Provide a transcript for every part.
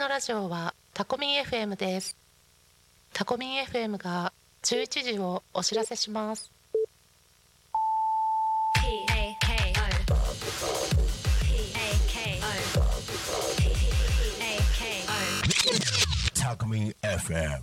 のラジオはタコミン FM です。タコミン FM が11時をお知らせします。 タコミン FM。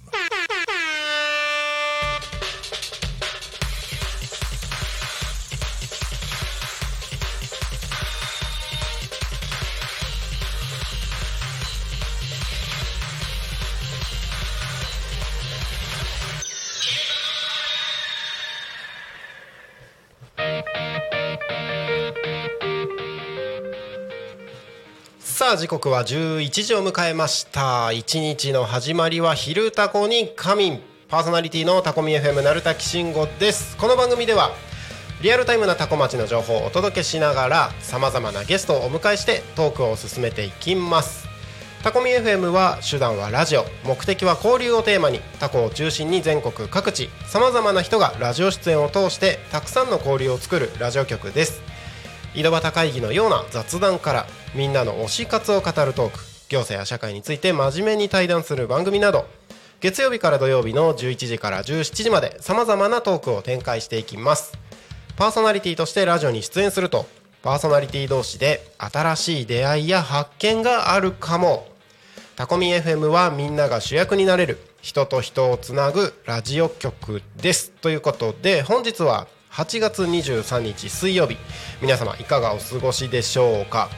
さあ時刻は11時を迎えました。一日の始まりは昼タコに仮眠。パーソナリティのタコミ FM なるたきしんごです。この番組ではリアルタイムなタコ町の情報をお届けしながらさまざまなゲストをお迎えしてトークを進めていきます。タコミ FM は手段はラジオ、目的は交流をテーマにタコを中心に全国各地さまざまな人がラジオ出演を通してたくさんの交流を作るラジオ局です。井戸端会議のような雑談からみんなの推し活を語るトーク、行政や社会について真面目に対談する番組など、月曜日から土曜日の11時から17時までさまざまなトークを展開していきます。パーソナリティとしてラジオに出演するとパーソナリティ同士で新しい出会いや発見があるかも。タコミ FM はみんなが主役になれる人と人をつなぐラジオ局です。ということで本日は8月23日水曜日、皆様いかがお過ごしでしょうか。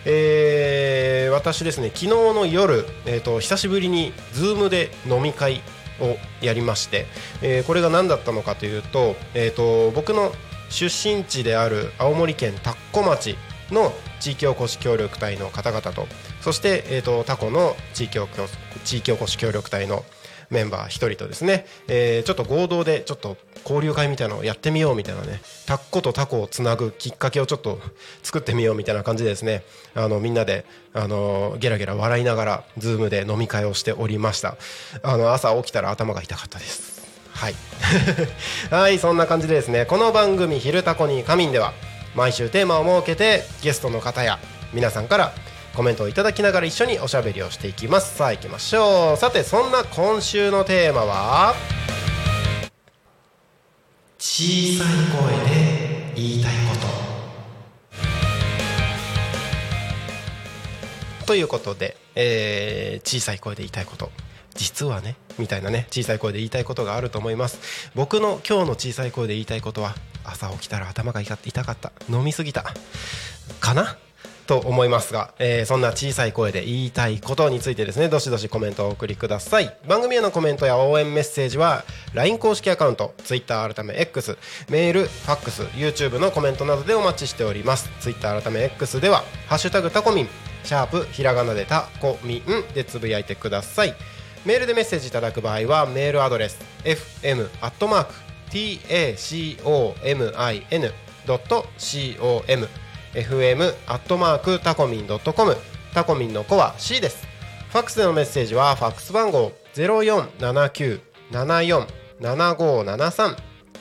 私ですね、昨日の夜、久しぶりに Zoom で飲み会をやりまして、これが何だったのかというと、僕の出身地である青森県田子町の地域おこし協力隊の方々と、そして、タコの地域おこし協力隊のメンバー一人とですね、ちょっと合同でちょっと交流会みたいなのをやってみようみたいなね、タッコとタコをつなぐきっかけをちょっと作ってみようみたいな感じでですね、みんなでゲラゲラ笑いながらズームで飲み会をしておりました。朝起きたら頭が痛かったです。はいはい、そんな感じでですね、この番組昼タコに仮眠では毎週テーマを設けてゲストの方や皆さんからコメントをいただきながら一緒におしゃべりをしていきます。さあ行きましょう。さてそんな今週のテーマは小さい声で言いたいことということで、小さい声で言いたいこと実はねみたいなね、小さい声で言いたいことがあると思います。僕の今日の小さい声で言いたいことは、朝起きたら頭が痛かった、飲みすぎたかなと思いますが、そんな小さい声で言いたいことについてですね、どしどしコメントをお送りください。番組へのコメントや応援メッセージは LINE 公式アカウント、Twitter 改め X、メール、ファックス、YouTube のコメントなどでお待ちしております。 Twitter 改め X ではハッシュタグタコミン、シャープひらがなでタコミンでつぶやいてください。メールでメッセージいただく場合はメールアドレス fm@tacomin.com fm@tacomin.com、 タコミンの子は C です。ファックスでのメッセージはファックス番号 0479747573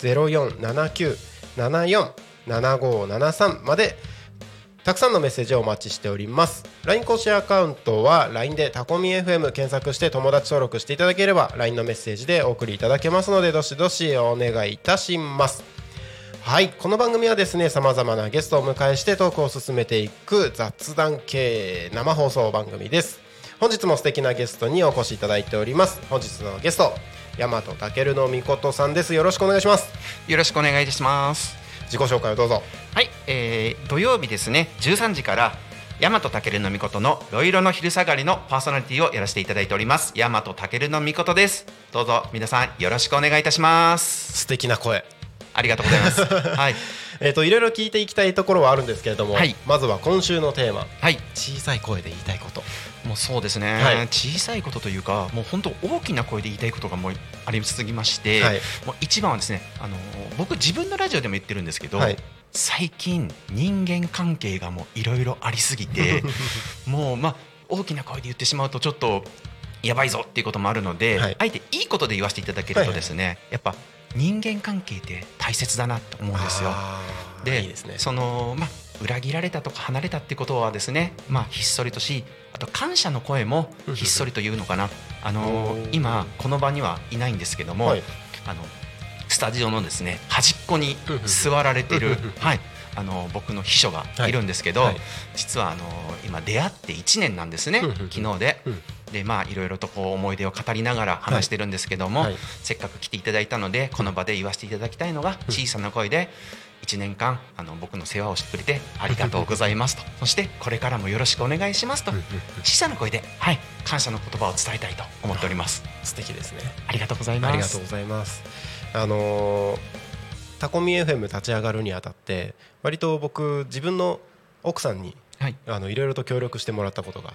0479747573 までたくさんのメッセージをお待ちしております。 LINE 公式アカウントは LINE でタコミ FM 検索して友達登録していただければ LINE のメッセージでお送りいただけますので、どしどしお願いいたします。はい、この番組はですね、様々なゲストをお迎えしてトークを進めていく雑談系生放送番組です。本日も素敵なゲストにお越しいただいております。本日のゲスト、大和健のみことさんです。よろしくお願いします。 よろしくお願いいたします。 自己紹介をどうぞ。 はい、土曜日ですね、13時から大和健のみことのろいろの昼下がりのパーソナリティをやらせていただいております大和健のみことです。どうぞ皆さんよろしくお願いいたします。 素敵な声ありがとうございますはいいろいろ聞いていきたいところはあるんですけれども、 はい、 まずは今週のテーマ、 はい、 小さい声で言いたいこと。 もうそうですね、 はい、 小さいことというかもう本当大きな声で言いたいことがもうありすぎまして、はい、もう一番はですね、僕自分のラジオでも言ってるんですけど、はい、最近人間関係がもういろいろありすぎてもう大きな声で言ってしまうとちょっとやばいぞっていうこともあるので、はい、あえていいことで言わせていただけるとですね、はいはい、やっぱ人間関係って大切だなと思うんですよ。 でいいですね。 裏切られたとか離れたってことはですね、ひっそりとし、あと感謝の声もひっそりと言うのかな。今この場にはいないんですけども、スタジオのですね端っこに座られてる僕の秘書がいるんですけど、実は今出会って1年なんですね、昨日で。でいろいろとこう思い出を語りながら話してるんですけども、せっかく来ていただいたのでこの場で言わせていただきたいのが、小さな声で1年間僕の世話をしてくれてありがとうございますと、そしてこれからもよろしくお願いしますと、小さな声で、感謝の言葉を伝えたいと思っております。 素敵ですね。 ありがとうございます。 ありがとうございます。タコミ FM 立ち上がるにあたって割と僕自分の奥さんにいろいろと協力してもらったことがあって、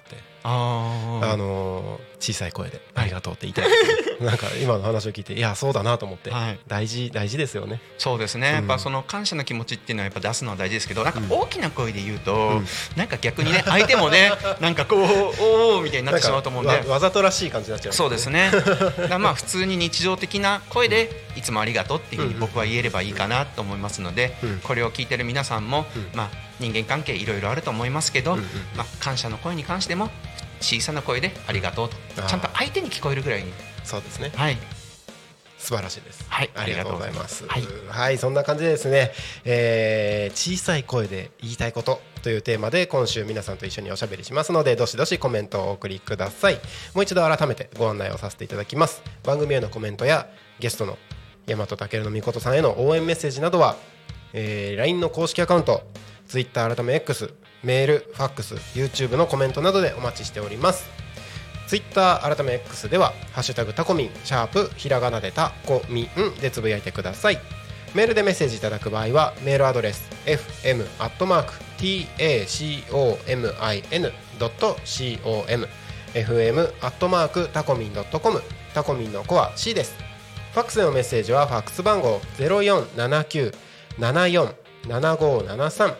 小さい声でありがとうって言いたいですね。なんか今の話を聞いて、いやそうだなと思って、大事ですよね。 そうですね、やっぱその感謝の気持ちっていうのはやっぱ出すのは大事ですけど、なんか大きな声で言うと、なんか逆にね相手もねなんかこうおーみたいになってしまうと思うんで、 わざとらしい感じになっちゃう。 そうですね。普通に日常的な声でいつもありがとうっていうふうに僕は言えればいいかなと思いますので、これを聞いてる皆さんも人間関係いろいろあると思いますけど、感謝の声に関しても小さな声でありがとうとちゃんと相手に聞こえるぐらいに。 そうですね。素晴らしいです。ありがとうございます。そんな感じでですね、小さい声で言いたいことというテーマで今週皆さんと一緒におしゃべりしますので、どしどしコメントをお送りください。もう一度改めてご案内をさせていただきます。番組へのコメントやゲストの大和健のみことさんへの応援メッセージなどは、LINE の公式アカウント、Twitter 改め X、メール、ファックス、YouTube のコメントなどでお待ちしております。Twitter 改め X ではハッシュタグタコミン#ひらがなでタコミンでつぶやいてください。メールでメッセージいただく場合はメールアドレス fm@tacomin.com fm@tacomin.com タコミンの子は C です。ファックスでのメッセージはファックス番号 0479747573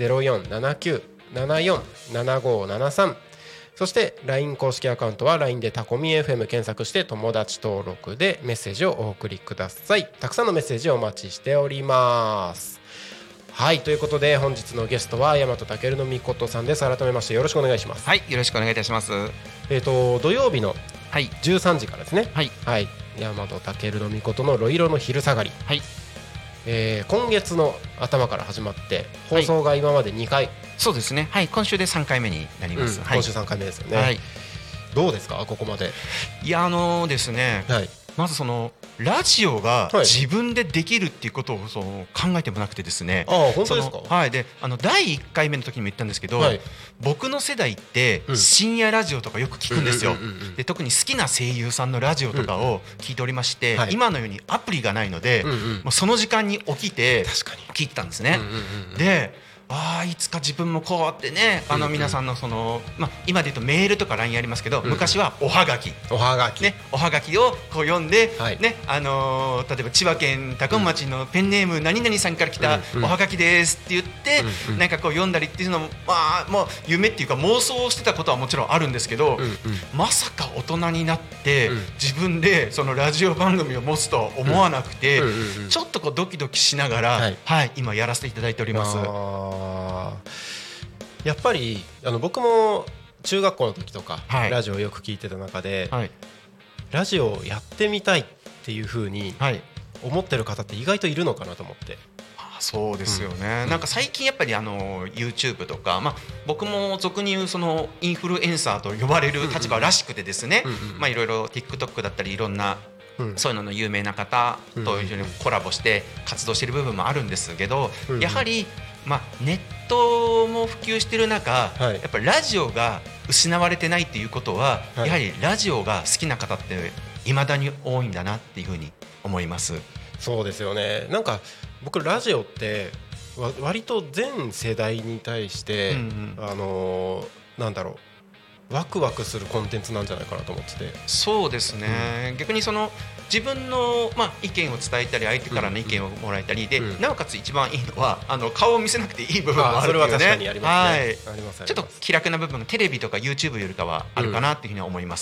0479747573、そして LINE 公式アカウントは LINE でタコミ FM 検索して友達登録でメッセージをお送りください。たくさんのメッセージをお待ちしております。ということで本日のゲストは大和健のみことさんです。改めましてよろしくお願いします。 よろしくお願いいたします。 土曜日の13時からですね。大和健のみことのロイロの昼下がり、今月の頭から始まって放送が今まで2回、 そうですね、今週で3回目になります。 今週3回目ですよね。どうですかここまで。 いやですね、まずそのラジオが自分でできるっていうことを考えてもなくてですね。 本当ですか。 で第1回目の時にも言ったんですけど、僕の世代って深夜ラジオとかよく聞くんですよ。で特に好きな声優さんのラジオとかを聞いておりまして、今のようにアプリがないので、もうその時間に起きて聞いてたんですね。でいつか自分もこうやってね、皆さんの今で言うとメールとか LINE ありますけど、昔はおはがきをこう読んで、例えば千葉県多古町のペンネーム何々さんから来たおはがきですって言って、なんかこう読んだりっていうのももう夢っていうか妄想してたことはもちろんあるんですけど、まさか大人になって自分でそのラジオ番組を持つとは思わなくて、ちょっとこうドキドキしながら今やらせていただいております。 やっぱり僕も中学校の時とか、ラジオをよく聞いてた中で、ラジオをやってみたいっていう風に思ってる方って意外といるのかなと思って。 そうですよね、なんか最近やっぱりYouTube とか、僕も俗に言うそのインフルエンサーと呼ばれる立場らしくてですね、いろいろ TikTok だったりいろんなそういうのの有名な方と一緒にコラボして活動している部分もあるんですけど、やはりネットも普及している中、やっぱりラジオが失われてないっていうことは、やはりラジオが好きな方って未だに多いんだなっていうふうに思います。 そうですよね。なんか僕ラジオって割と全世代に対して、なんだろう、ワクワクするコンテンツなんじゃないかなと思ってて。 そうですね、逆にその自分の意見を伝えたり相手からの意見をもらえたりで、なおかつ一番いいのは顔を見せなくていい部分もあるよね。 それは確かにありますね。 ちょっと気楽な部分がテレビとか YouTube よりかはあるかなっていうふうに思います。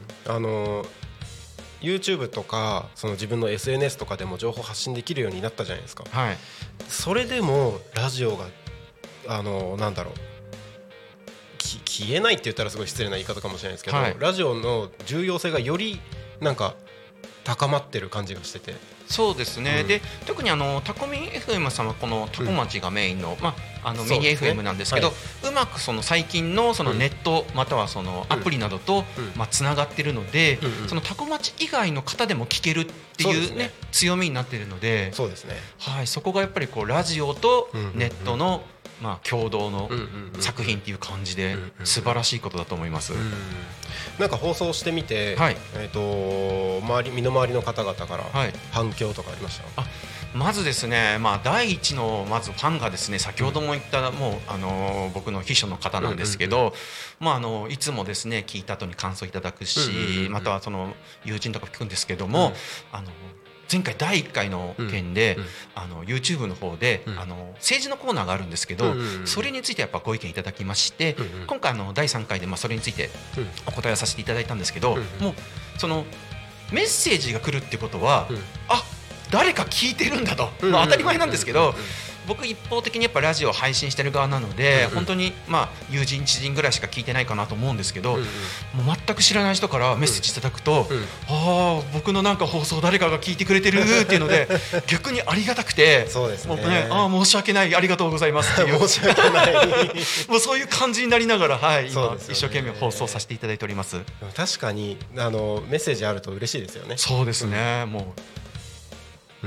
YouTube とかその自分の SNS とかでも情報発信できるようになったじゃないですか。それでもラジオがなんだろう、消えないって言ったらすごい失礼な言い方かもしれないですけど、 はい、 ラジオの重要性がよりなんか高まってる感じがしてて。 そうですね、で特にタコミン FM さんはこのタコ町がメインの、ミニ FM なんですけど、うまくその最近のそのネットまたはそのアプリなどとつながっているので、そのタコ町以外の方でも聞けるっていうね強みになっているので、 そうですね、 はい、そこがやっぱりこうラジオとネットの共同の作品っていう感じで素晴らしいことだと思います。 なんか放送してみて、 はい、 身の回りの方々から反響とかありました？ まずですね、第一のまずファンがですね、先ほども言ったもう僕の秘書の方なんですけど、いつもですね聞いた後に感想いただくし、またはその友人とか聞くんですけども、前回第1回の件で、YouTube の方で、政治のコーナーがあるんですけど、それについてやっぱご意見いただきまして、今回第3回でそれについてお答えをさせていただいたんですけど、もうそのメッセージが来るってことは、誰か聞いてるんだと、当たり前なんですけど、僕一方的にやっぱラジオを配信してる側なので、本当に友人知人ぐらいしか聞いてないかなと思うんですけど、もう全く知らない人からメッセージいただくと、僕のなんか放送誰かが聞いてくれてるっていうので逆にありがたくて、 そうですね、 申し訳ない、ありがとうございますっていう申し訳ないもうそういう感じになりながら、今一生懸命放送させていただいております。 確かにメッセージあると嬉しいですよね。 そうですね、もう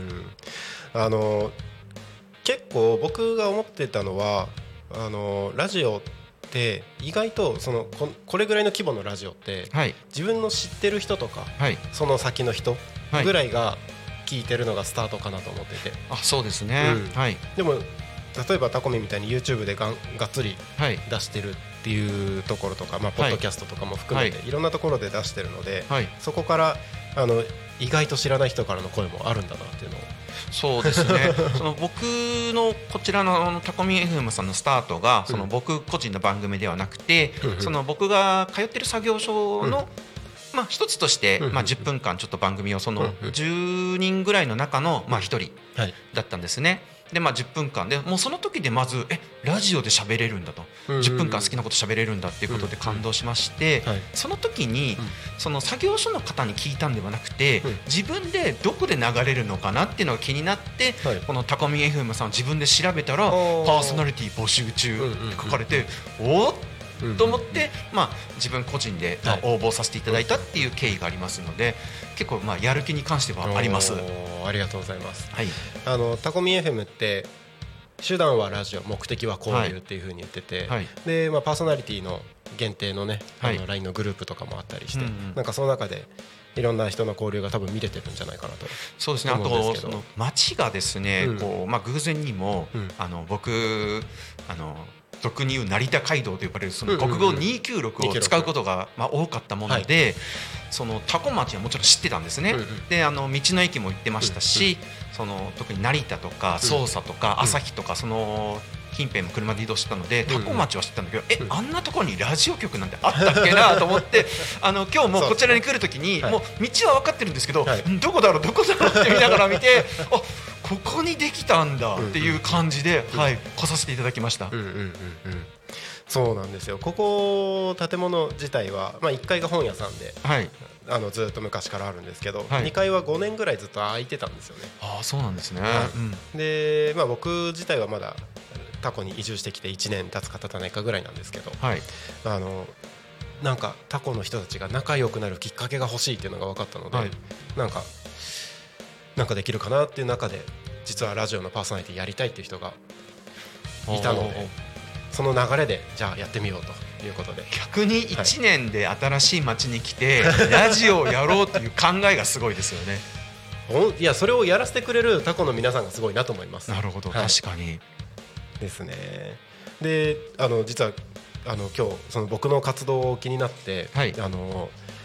結構僕が思ってたのはラジオって意外とこれぐらいの規模のラジオって、自分の知ってる人とか、その先の人ぐらいが聞いてるのがスタートかなと思ってて、 そうですね、 でも例えばタコミみたいに YouTube でがっつり出してるっていうところとか、ポッドキャストとかも含めていろんなところで出してるので、そこから意外と知らない人からの声もあるんだなっていうのを。 そうですねその僕のこちらのタコミ FM さんのスタートがその僕個人の番組ではなくて、その僕が通ってる作業所の一つとして10分間ちょっと番組をその10人ぐらいの中の1人だったんですね。で10分間でもうその時でまずラジオで喋れるんだと、10分間好きなこと喋れるんだっていうことで感動しまして、その時にその作業所の方に聞いたんではなくて、自分でどこで流れるのかなっていうのが気になって、このタコミ FM さんを自分で調べたらパーソナリティ募集中って書かれて、おっと思って、自分個人で応募させていただいたっていう経緯がありますので、結構やる気に関してはあります。 ありがとうございます。タコミ FM って手段はラジオ、目的は交流っていう風に言ってて、でパーソナリティの限定のねLINE のグループとかもあったりして、なんかその中でいろんな人の交流が多分見れてるんじゃないかなと。 そうですね。あとその街がですね、偶然にも僕俗に言う成田街道と呼ばれるその国道296を使うことが多かったもので、そのタコ町はもちろん知ってたんですね。で道の駅も行ってましたし、その特に成田とか匝瑳とか旭とかその近辺も車で移動してたので、タコ町は知ってたんだけど、あんなところにラジオ局なんてあったっけなと思って今日もこちらに来るときにもう道は分かってるんですけど、どこだろうって見ながら見てここにできたんだっていう感じで、来させていただきました。 そうなんですよ。ここ建物自体は、1階が本屋さんで、ずっと昔からあるんですけど、2階は5年ぐらいずっと空いてたんですよね。 そうなんですね。 で、僕自体はまだタコに移住してきて1年経つか経たないかぐらいなんですけど、なんかタコの人たちが仲良くなるきっかけが欲しいっていうのが分かったので、なんかできるかなっていう中で、実はラジオのパーソナリティやりたいっていう人がいたので、その流れでじゃあやってみようということで、 逆に1年で新しい街に来てラジオをやろうという考えがすごいですよね。 いや、それをやらせてくれるタコの皆さんがすごいなと思います。 なるほど、確かにですね。で実は今日その僕の活動を気になって、自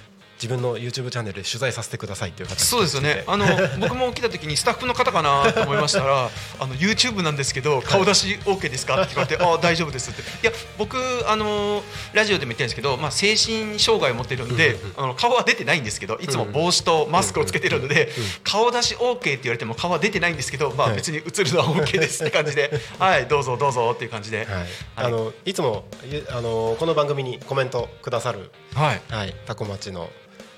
自分の YouTube チャンネルで取材させてくださいっていう形で。 そうですよね。僕も来た時にスタッフの方かなと思いましたらYouTube なんですけど顔出し OK ですかって言われて大丈夫ですって。いや僕ラジオでも言ってるんですけど、精神障害を持っているので顔は出てないんですけど、いつも帽子とマスクをつけているので顔出し OK って言われても顔は出てないんですけど、別に映るのは OK ですって感じではいどうぞどうぞっていう感じで、 いつもこの番組にコメントくださるタコ町の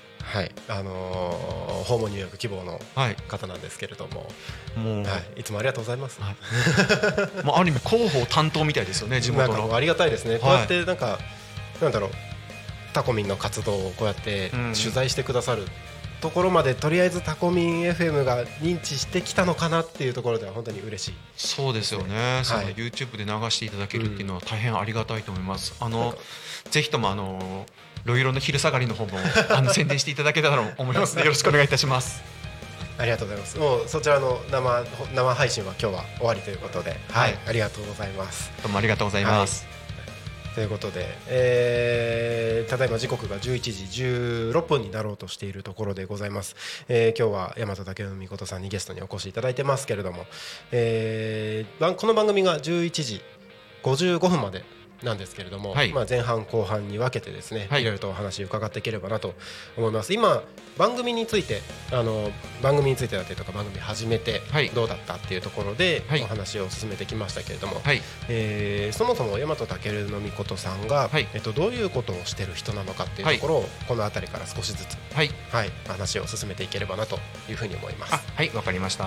訪問入浴希望の方なんですけれども、いつもありがとうございます。 もうある意味広報担当みたいですよね、地元の。 ありがたいですね。こうやってなんだろう、タコミンの活動をこうやって取材してくださるところまで、とりあえずタコミン FM が認知してきたのかなっていうところでは本当に嬉しい。 そうですよね。その YouTube で流していただけるっていうのは大変ありがたいと思います。ぜひともロイロの昼下がりの方も宣伝していただけたらと思いますのでよろしくお願いいたします。 ありがとうございます。もうそちらの生配信は今日は終わりということで、ありがとうございます。 どうもありがとうございます。 ということで、ただいま時刻が11時16分になろうとしているところでございます。今日は大和武尊さんにゲストにお越しいただいてますけれども、この番組が11時55分までなんですけれども、前半後半に分けてですね、いろいろとお話伺っていければなと思います。今番組についてだったりとか、番組始めてどうだったっていうところでお話を進めてきましたけれども、そもそも大和武尊さんがどういうことをしてる人なのかっていうところをこの辺りから少しずつ話を進めていければなというふうに思います。 はい、わかりました。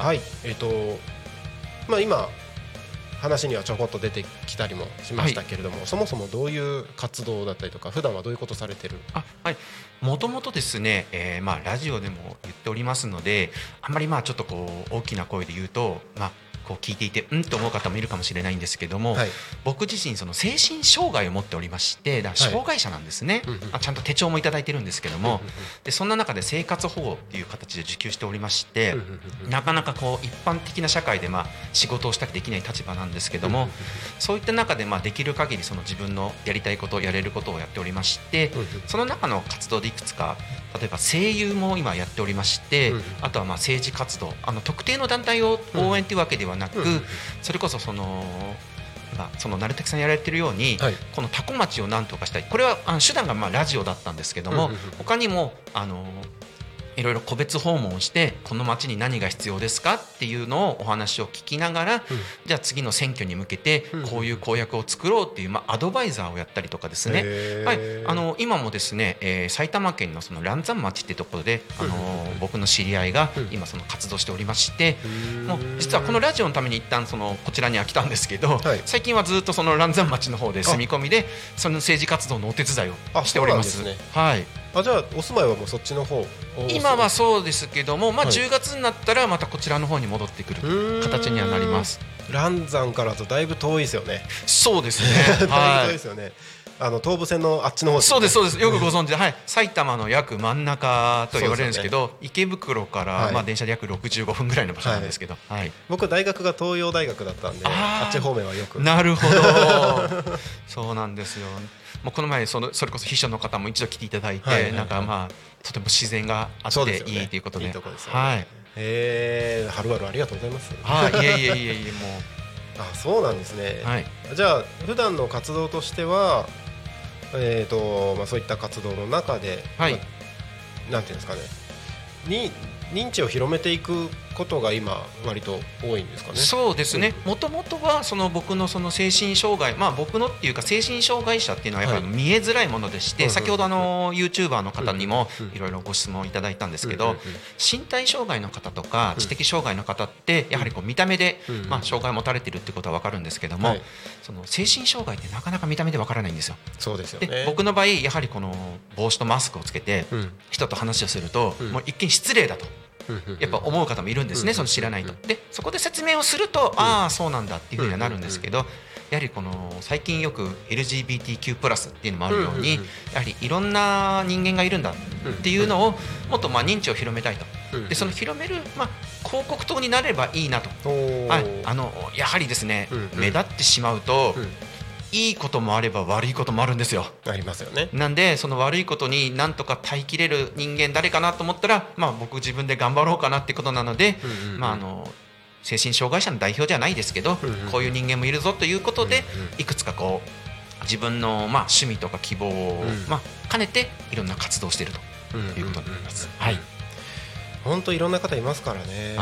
今話にはちょこっと出てきたりもしましたけれども、そもそもどういう活動だったりとか、普段はどういうことされてる？ もともとですね、ラジオでも言っておりますので、あんまりちょっと大きな声で言うとこう聞いていてと思う方もいるかもしれないんですけども、僕自身その精神障害を持っておりまして、障害者なんですね。ちゃんと手帳もいただいてるんですけども、でそんな中で生活保護っていう形で受給しておりまして、なかなか一般的な社会で仕事をしたりできない立場なんですけども、そういった中でできる限りその自分のやりたいこと、やれることをやっておりまして、その中の活動でいくつか、例えば声優も今やっておりまして、あとは政治活動、特定の団体を応援というわけではなく、それこそその鳴滝さんやられているように、この多古町を何とかしたい、これは手段がラジオだったんですけども、他にもいろいろ個別訪問をして、この町に何が必要ですかっていうのをお話を聞きながら、じゃあ次の選挙に向けてこういう公約を作ろうっていうアドバイザーをやったりとかですね、今もですね、埼玉県のその嵐山町っていうところで僕の知り合いが今その活動しておりまして、もう実はこのラジオのために一旦こちらには来たんですけど、最近はずっとその嵐山町の方で住み込みでその政治活動のお手伝いをしております。 じゃあお住まいはもうそっちの方？ 今はそうですけども、10月になったらまたこちらの方に戻ってくる形にはなります。 嵐山からとだいぶ遠いですよね。 そうですねだいぶ遠いですよね。東武線のあっちの方ですね。 そうですそうです、よくご存知で、埼玉の約真ん中と言われるんですけど、池袋から電車で約65分ぐらいの場所なんですけど、 僕大学が東洋大学だったんで、あっち方面はよく。 なるほどそうなんですよ。もうこの前それこそ秘書の方も一度来ていただいて、とても自然があっていいということで、 はるばるありがとうございます。 いえもうそうなんですね。じゃあ普段の活動としてはそういった活動の中で、なんていうんですかね、認知を広めていくことが今割と多いんですかね。 そうですね。もともとは僕のその精神障害、僕のっていうか精神障害者っていうのはやっぱり見えづらいものでして、先ほどYouTuber の方にもいろいろご質問いただいたんですけど、身体障害の方とか知的障害の方ってやはり見た目で障害を持たれているってことは分かるんですけども、その精神障害ってなかなか見た目で分からないんですよ。 そうですよね。 で僕の場合やはりこの帽子とマスクをつけて人と話をするともう一見失礼だとやっぱ思う方もいるんですね、その知らないと。でそこで説明をすると、ああそうなんだっていうふうにはなるんですけど、やはりこの最近よく LGBTQ+ っていうのもあるように、やはりいろんな人間がいるんだっていうのをもっと認知を広めたいと。でその広める広告塔になればいいなと。やはりですね、目立ってしまうといいこともあれば悪いこともあるんですよ。 ありますよね。 なんでその悪いことになんとか耐えきれる人間誰かなと思ったら、僕自分で頑張ろうかなってことなので、精神障害者の代表じゃないですけど、こういう人間もいるぞということで、いくつかこう自分の趣味とか希望を兼ねていろんな活動をしているということになります。はい。 本当いろんな方いますからね。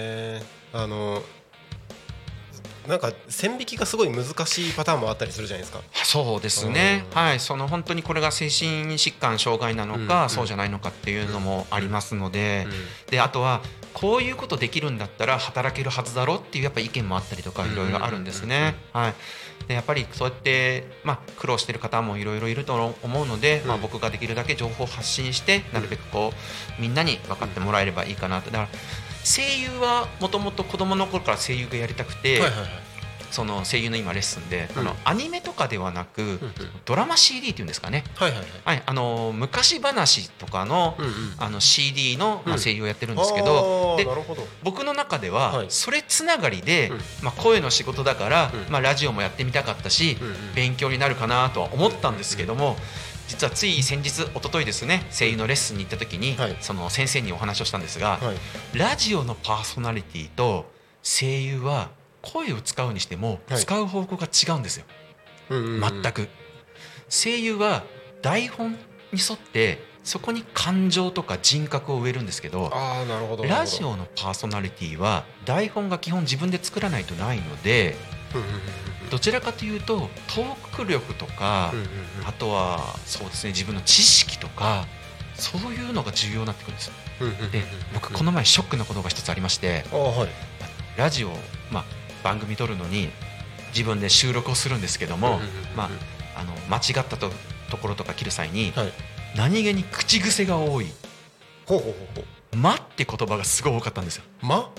なんか線引きがすごい難しいパターンもあったりするじゃないですか。 そうですね、はい、その本当にこれが精神疾患障害なのか、そうじゃないのかっていうのもありますので、であとはこういうことできるんだったら働けるはずだろっていうやっぱ意見もあったりとかいろいろあるんですね。はい。でやっぱりそうやって、苦労している方もいろいろいると思うので、僕ができるだけ情報を発信してなるべくこうみんなに分かってもらえればいいかなと。だから声優はもともと子供の頃から声優がやりたくて、その声優の今レッスンで、アニメとかではなく、ドラマ CD っていうんですかね、昔話とかの、CD の、声優をやってるんですけど、で僕の中では、それつながりで、声の仕事だから、ラジオもやってみたかったし、勉強になるかなとは思ったんですけども、実はつい先日一昨日ですね、声優のレッスンに行った時に、その先生にお話をしたんですが、ラジオのパーソナリティと声優は声を使うにしても使う方向が違うんですよ。全く。声優は台本に沿ってそこに感情とか人格を植えるんですけど、ラジオのパーソナリティは台本が基本自分で作らないとないので、どちらかというとトーク力とか、あとはそうですね、自分の知識とかそういうのが重要になってくるんですよ。で僕この前ショックなことが一つありまして、ラジオ、番組撮るのに自分で収録をするんですけども、間違ったところとか切る際に、何気に口癖が多い間って言葉がすごい多かったんですよ。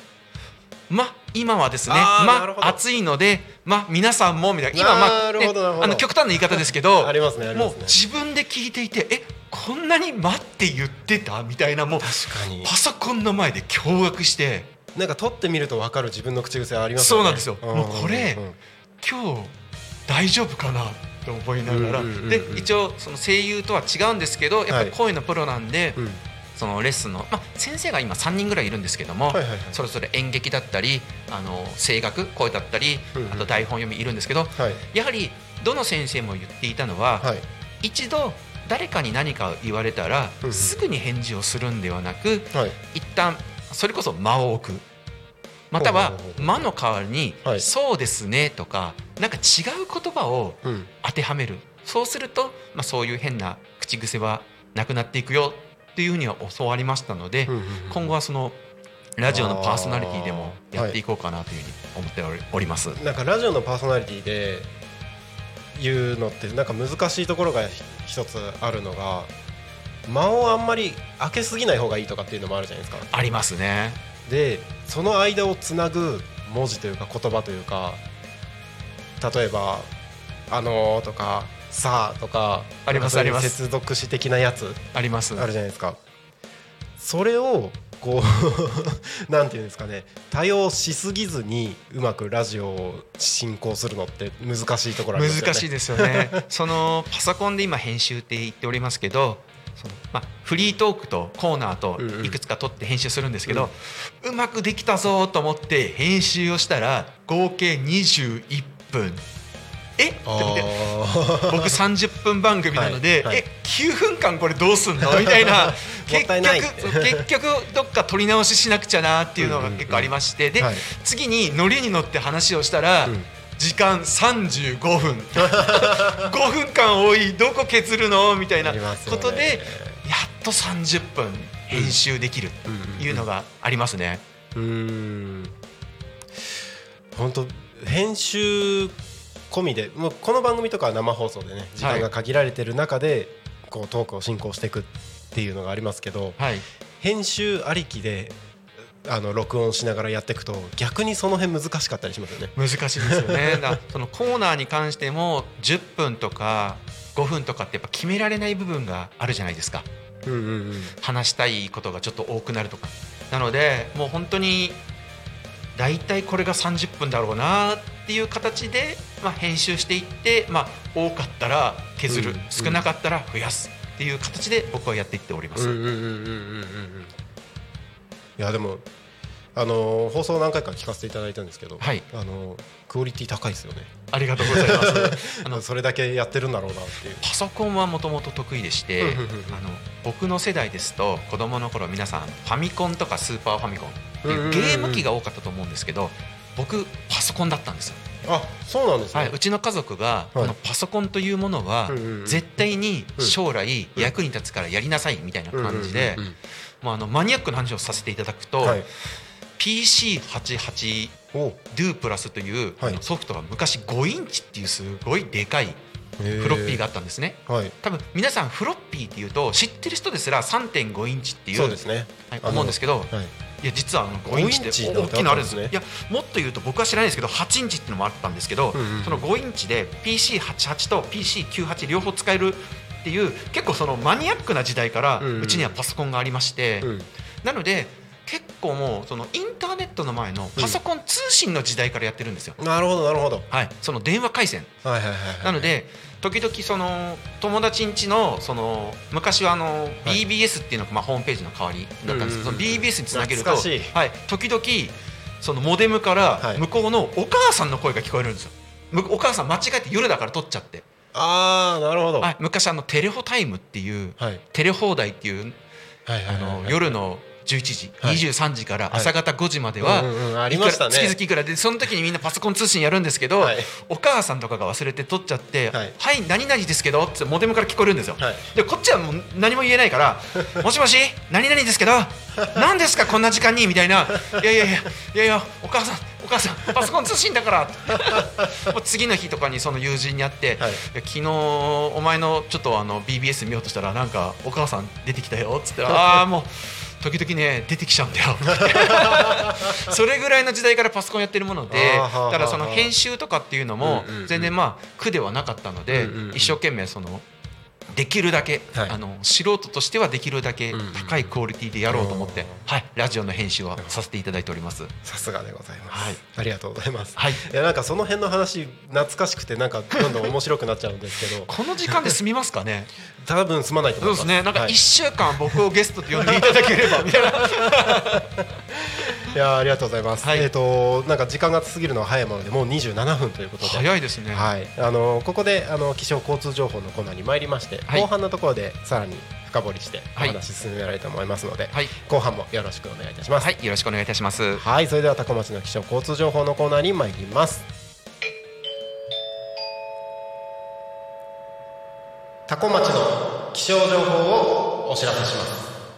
今はですね、暑いので皆さんもみたいな、今極端な言い方ですけどもう自分で聞いていて、こんなにって言ってたみたいな、もうパソコンの前で驚愕して、 なんか撮ってみると分かる自分の口癖ありますよね。 そうなんですよ。もうこれ、今日大丈夫かなと思いながら、で一応その声優とは違うんですけど、やっぱり声のプロなんで、そのレッスンの、先生が今3人ぐらいいるんですけども、それぞれ演劇だったり声楽声だったり、あと台本読みいるんですけど、やはりどの先生も言っていたのは、一度誰かに何か言われたらすぐに返事をするんではなく、一旦それこそ間を置く、または間の代わりにそうですねとか、なんか違う言葉を当てはめる。そうするとそういう変な口癖はなくなっていくよっていうふうには教わりましたので、今後はそのラジオのパーソナリティでもやっていこうかなというふうに思っております。 なんかラジオのパーソナリティで言うのってなんか難しいところが一つあるのが、間をあんまり開けすぎない方がいいとかっていうのもあるじゃないですか。 ありますね。 でその間をつなぐ文字というか言葉というか、例えばとかさあとか、 ありますあります。 接続詞的なやつありますあるじゃないですか。それをこうなんていうんですかね、多用しすぎずにうまくラジオを進行するのって難しいところありますよね。 難しいですよね。そのパソコンで今編集って言っておりますけど、フリートークとコーナーといくつか撮って編集するんですけど、うまくできたぞと思って編集をしたら合計21分。って僕30分番組なので、9分間これどうすんのみたいな結局どっか撮り直ししなくちゃなっていうのが結構ありまして、で次にノリに乗って話をしたら、時間35分5分間多い、どこ削るのみたいなことでやっと30分編集できるというのがありますね。 本当編集込みで、もうこの番組とかは生放送でね、時間が限られてる中でこうトークを進行していくっていうのがありますけど、編集ありきで録音しながらやっていくと逆にその辺難しかったりしますよね。 難しいですよね。そのコーナーに関しても10分とか5分とかってやっぱ決められない部分があるじゃないですか。話したいことがちょっと多くなるとか。なのでもう本当にだいたいこれが30分だろうなっっていう形で、編集していって、多かったら削る、少なかったら増やすっていう形で僕はやっていっております。 いやでも放送何回か聞かせていただいたんですけど、はい、クオリティ高いですよね。 ありがとうございますそれだけやってるんだろうなっていう。 パソコンはもともと得意でして僕の世代ですと子供の頃皆さんファミコンとかスーパーファミコンっていうゲーム機が多かったと思うんですけど、僕パソコンだったんですよ。 あ、そうなんですね。 はい、うちの家族がこのパソコンというものは絶対に将来役に立つからやりなさいみたいな感じで、マニアックな話をさせていただくと、PC88 ドゥプラスというソフトが昔5インチっていうすごいでかいフロッピーがあったんですね。多分皆さんフロッピーっていうと知ってる人ですら 3.5 インチっていう、 そうですね、 思うんですけど、いや実は5インチって大きいのあるんですね。いやもっと言うと僕は知らないですけど8インチっていうのもあったんですけど、その5インチで PC88 と PC98 両方使えるっていう結構そのマニアックな時代からうちにはパソコンがありまして、なので結構もうそのインターネットの前のパソコン通信の時代からやってるんですよ。 なるほどなるほど。 はい、その電話回線。なので時々その友達ん家のその昔はBBS っていうのがホームページの代わりだったんですけど、その BBS につなげると、時々そのモデムから向こうのお母さんの声が聞こえるんですよ。お母さん間違えて夜だから撮っちゃって。 ああ、なるほど。 昔テレホタイムっていうテレ放題っていう夜の11時、23時から朝方5時までは月々いくらで、その時にみんなパソコン通信やるんですけど、お母さんとかが忘れて取っちゃって「はい何々ですけど」ってモデムから聞こえるんですよ。でこっちはもう何も言えないから「もしもし何々ですけど何ですかこんな時間に」みたいな「いやお母さんパソコン通信だから」もう次の日とかにその友人に会って「昨日お前のちょっとBBS 見ようとしたらなんかお母さん出てきたよ」っつって「ああもう時々ね出てきちゃうんだよ」それぐらいの時代からパソコンやってるもので、ただその編集とかっていうのも全然苦ではなかったので、一生懸命そのできるだけ、素人としてはできるだけ高いクオリティでやろうと思って、ラジオの編集はさせていただいております。 さすがでございます、ありがとうございます。いやなんかその辺の話懐かしくてなんかどんどん面白くなっちゃうんですけどこの時間で済みますかね。 多分済まないと思います。 そうですね。なんか1週間僕をゲストで呼んでいただければみたいな。 いやありがとうございます。なんか時間が過ぎるのは早いものでもう27分ということで早いですね。 ここで気象交通情報のコーナーに参りまして、後半のところでさらに深掘りしてお話進められると思いますので、後半もよろしくお願いいたします。 よろしくお願いいたします。 それではタコ町の気象交通情報のコーナーに参ります。タコ町の気象情報をお知らせします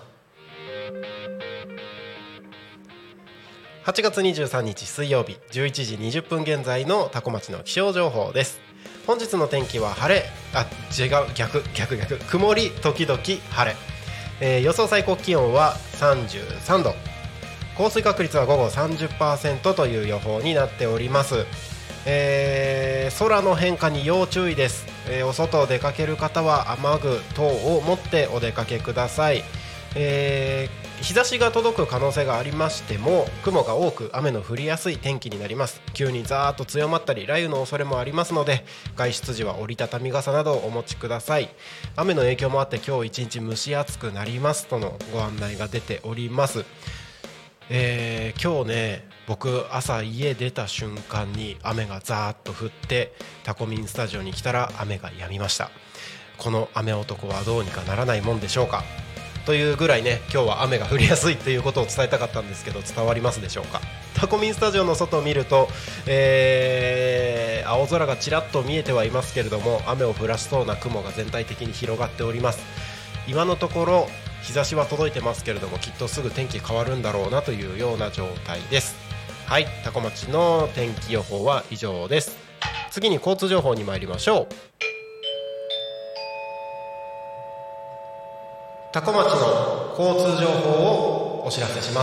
。8月23日水曜日11時20分現在のタコ町の気象情報です。本日の天気は晴れ、逆曇り時々晴れ、予想最高気温は33度、降水確率は午後 30% という予報になっております。空の変化に要注意です。お外を出かける方は雨具等を持ってお出かけください。日差しが届く可能性がありましても雲が多く雨の降りやすい天気になります。急にザーッと強まったり雷雨の恐れもありますので外出時は折りたたみ傘などをお持ちください。雨の影響もあって今日一日蒸し暑くなりますとのご案内が出ております。今日ね僕朝家出た瞬間に雨がザーッと降ってタコミンスタジオに来たら雨が止みました。この雨男はどうにかならないもんでしょうかというぐらいね今日は雨が降りやすいということを伝えたかったんですけど伝わりますでしょうか。タコミンスタジオの外を見ると、青空がちらっと見えてはいますけれども雨を降らしそうな雲が全体的に広がっております。今のところ日差しは届いてますけれどもきっとすぐ天気変わるんだろうなというような状態です。タコ町の天気予報は以上です。次に交通情報に参りましょう。タコ町の交通情報をお知らせします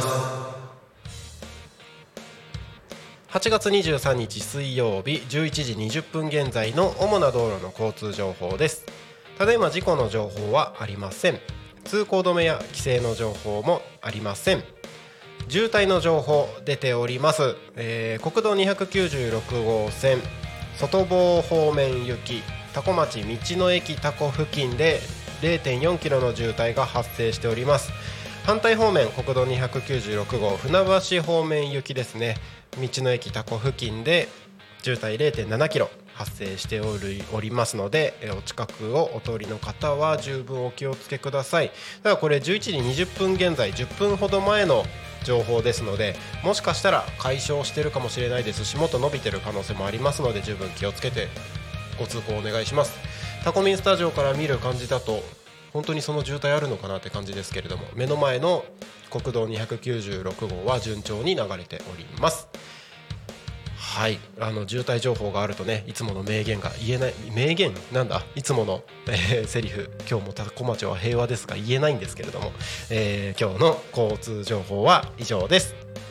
。8月23日水曜日11時20分現在の主な道路の交通情報です。ただいま事故の情報はありません。通行止めや規制の情報もありません。 渋滞の情報出ております。国道296号線外房方面行き多古町道の駅多古付近で 0.4 キロの渋滞が発生しております。反対方面国道296号船橋方面行きですね、道の駅多古付近で渋滞 0.7 キロ発生しておりますので、お近くをお通りの方は十分お気をつけください。ただこれ11時20分現在10分ほど前の情報ですので、もしかしたら解消してるかもしれないですし、もっと伸びてる可能性もありますので、十分気をつけてご通行お願いします。タコミンスタジオから見る感じだと本当にその渋滞あるのかなって感じですけれども、目の前の国道296号は順調に流れております。はい、渋滞情報があるとね、いつもの名言が言えない、名言なんだ、いつもの、セリフ、今日も多古町は平和ですが言えないんですけれども、今日の交通情報は以上です。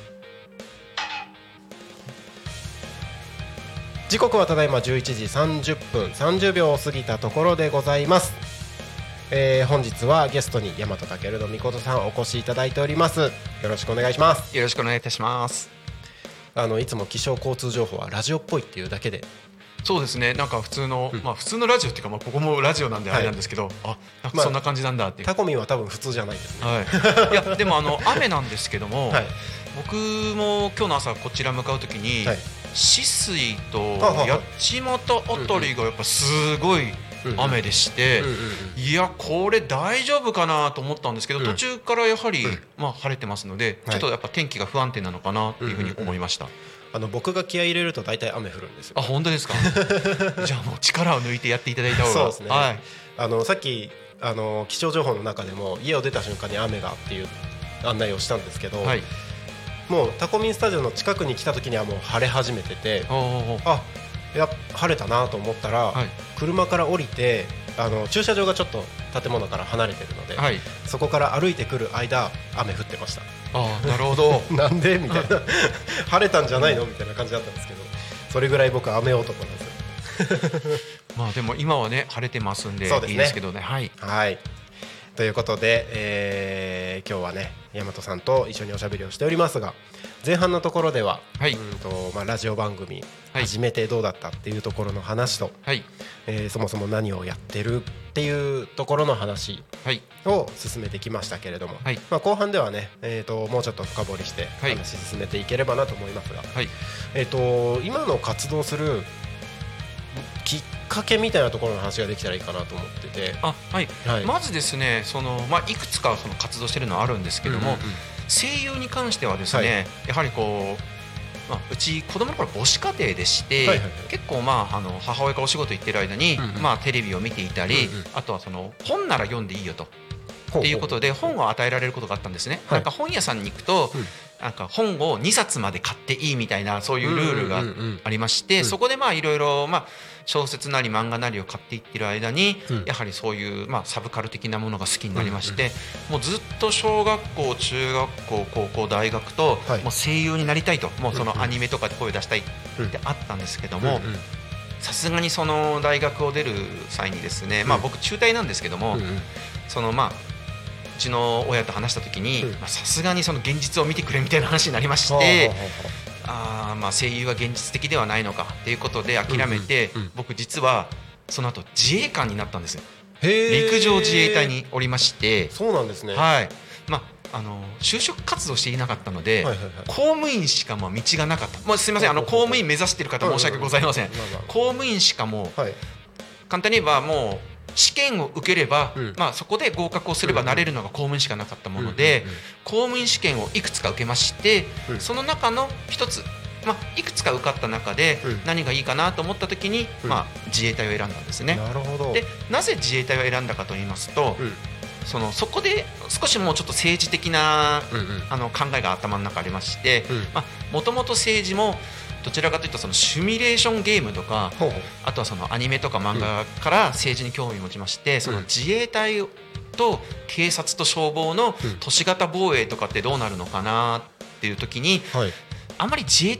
時刻はただいま11時30分30秒を過ぎたところでございます。本日はゲストに大和健のみことさんお越しいただいております。よろしくお願いします。 よろしくお願いいたします。 いつも気象交通情報はラジオっぽいっていうだけで、 そうですね、なんか普通の、普通のラジオっていうか、ここもラジオなんであれなんですけど、なんかそんな感じなんだっていう、 タコミンは多分普通じゃないですね。 はい、いやでも雨なんですけども、はい、僕も今日の朝こちら向かうときに、止水と八街あたりがやっぱすごい雨でして、いやこれ大丈夫かなと思ったんですけど、途中からやはり、晴れてますので、ちょっとやっぱ天気が不安定なのかなというふうに思いました。 僕が気合い入れると大体雨降るんですよ。 あ、本当ですか。じゃあもう力を抜いてやっていただいた方が。 そうですね、はい、さっき気象情報の中でも家を出た瞬間に雨がっていう案内をしたんですけど、はい、もうタコミンスタジオの近くに来た時にはもう晴れ始めてて、いや晴れたなと思ったら、はい、車から降りて駐車場がちょっと建物から離れてるので、はい、そこから歩いてくる間雨降ってました。 なるほどなんでみたいな晴れたんじゃないのみたいな感じだったんですけど、それぐらい僕は雨男なんですよでも今はね晴れてますんで、いいですけどね。はい、 はい、ということで、今日はね大和さんと一緒におしゃべりをしておりますが、前半のところでは、はい、ラジオ番組始めてどうだったっていうところの話と、はい、そもそも何をやってるっていうところの話を進めてきましたけれども、はい、後半ではね、もうちょっと深掘りして話進めていければなと思いますが、はい、今の活動するきっかけみたいなところの話ができたらいいかなと思ってて、 はいはい、まずですねいくつかその活動してるのはあるんですけども、声優に関してはですね、はい、やはりこう、うち子供の頃母子家庭でして、結構母親がお仕事行ってる間に、テレビを見ていたり、あとはその本なら読んでいいよとっていうことで本を与えられることがあったんですね。なんか本屋さんに行くと、なんか本を2冊まで買っていいみたいなそういうルールがありまして、そこでいろいろ小説なり漫画なりを買っていってる間に、やはりそういうサブカル的なものが好きになりまして、もうずっと小学校中学校高校大学と、もう声優になりたいと、もうそのアニメとかで声を出したいってあったんですけども、さすがにその大学を出る際にですね、僕中退なんですけども、そのうちの親と話した時にさすがにその現実を見てくれみたいな話になりまして、声優は現実的ではないのかっていうことで諦めて、僕実はその後自衛官になったんですよ。陸上自衛隊におりまして。 そうなんですね。 はい、就職活動していなかったので、公務員しか道がなかった。すみません、公務員目指している方申し訳ございません。公務員しかも、簡単に言えばもう試験を受ければ、そこで合格をすればなれるのが公務員しかなかったもので、公務員試験をいくつか受けまして、その中の一つ、いくつか受かった中で何がいいかなと思った時に、自衛隊を選んだんですね。 なるほど。 でなぜ自衛隊を選んだかと言いますと、そこで少しもうちょっと政治的な、考えが頭の中ありまして、もともと政治もどちらかというとそのシミュレーションゲームとか、あとはそのアニメとか漫画から政治に興味を持ちまして、その自衛隊と警察と消防の都市型防衛とかってどうなるのかなっていう時に、あまり自衛隊っ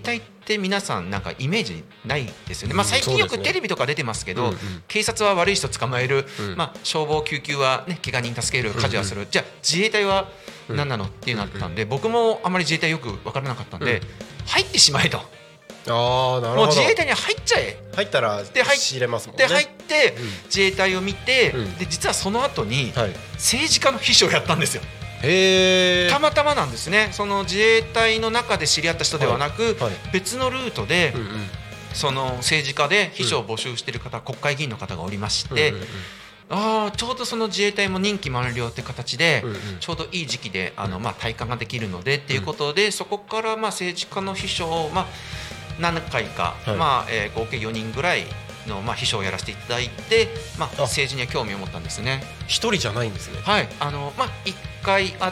って皆さんなんかイメージないですよね。最近よくテレビとか出てますけど、警察は悪い人捕まえる、消防救急はね怪我人助ける、火事はする、じゃあ自衛隊は何なのっていうのがあったんで、僕もあまり自衛隊よく分からなかったんで、入ってしまえと。 なるほど。 もう自衛隊に入っちゃえ。 入ったら知れますもんね。 で入って自衛隊を見て、で実はその後に政治家の秘書をやったんですよ。たまたまなんですね。その自衛隊の中で知り合った人ではなく、別のルートでその政治家で秘書を募集している方、国会議員の方がおりまして、ちょうどその自衛隊も任期満了って形で、ちょうどいい時期で退官ができるのでっていうことで、そこから政治家の秘書を何回か、合計4人ぐらいの秘書をやらせていただいて、政治には興味を持ったんですね。 一人じゃないんですね。 はい、1回あって、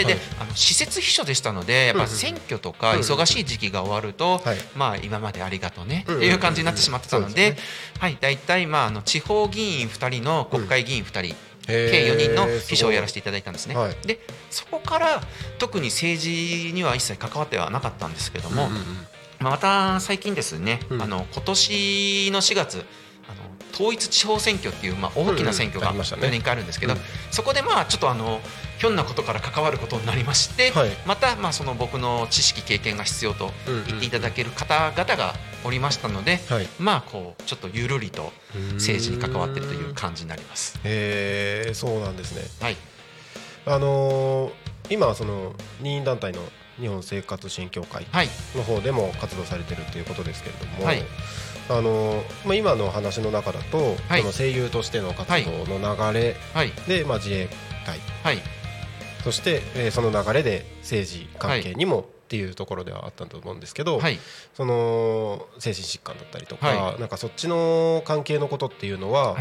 で施設秘書でしたので、やっぱ選挙とか忙しい時期が終わると、今までありがとうねっていう感じになってしまってたので、だいたい地方議員2人の国会議員2人、計4人の秘書をやらせていただいたんですね。でそこから特に政治には一切関わってはなかったんですけども、また最近ですね、今年の4月統一地方選挙っていう大きな選挙が4年かあるんですけど、そこでちょっとひょんなことから関わることになりまして、またその僕の知識経験が必要と言っていただける方々がおりましたので、こうちょっとゆるりと政治に関わっているという感じになります。 そうなんですね。 はい、 今その任意団体の日本生活支援協会の方でも活動されているということですけれども、今の話の中だと、その声優としての活動の流れで、自衛隊、そしてその流れで政治関係にもっていうところではあったと思うんですけど、その精神疾患だったりとか、なんかそっちの関係のことっていうのは、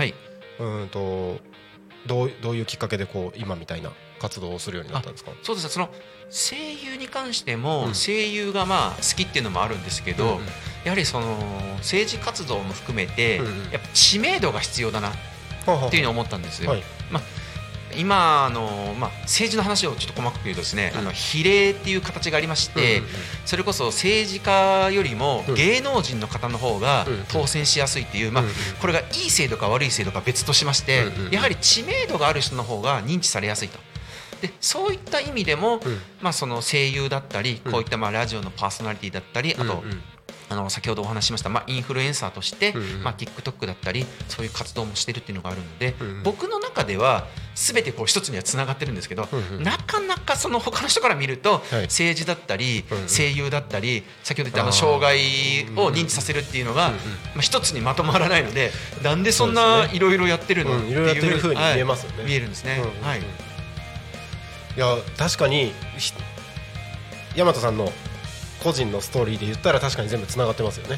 どういうきっかけで今みたいな活動をするようになったんですか？ そうですね、その声優に関しても、声優が好きっていうのもあるんですけど、やはりその政治活動も含めて、やっぱ知名度が必要だなっていうふうに思ったんですよ。今政治の話をちょっと細かく言うとですね、比例っていう形がありまして、それこそ政治家よりも芸能人の方の方が当選しやすいっていう、これがいい制度か悪い制度か別としまして、やはり知名度がある人の方が認知されやすいと。でそういった意味でも、その声優だったり、こういったラジオのパーソナリティだったり、あと先ほどお話ししました、インフルエンサーとして、TikTok だったりそういう活動もしてるっていうのがあるので、僕の中では全て一つにはつながってるんですけど、なかなかその他の人から見ると、政治だったり、声優だったり、先ほど言った障害を認知させるっていうのが、一つにまとまらないので、なんでそんないろいろやってるのっていうふうに見えますよね。見えるんですね。 いや確かに大和さんの個人のストーリーで言ったら確かに全部つながってますよね。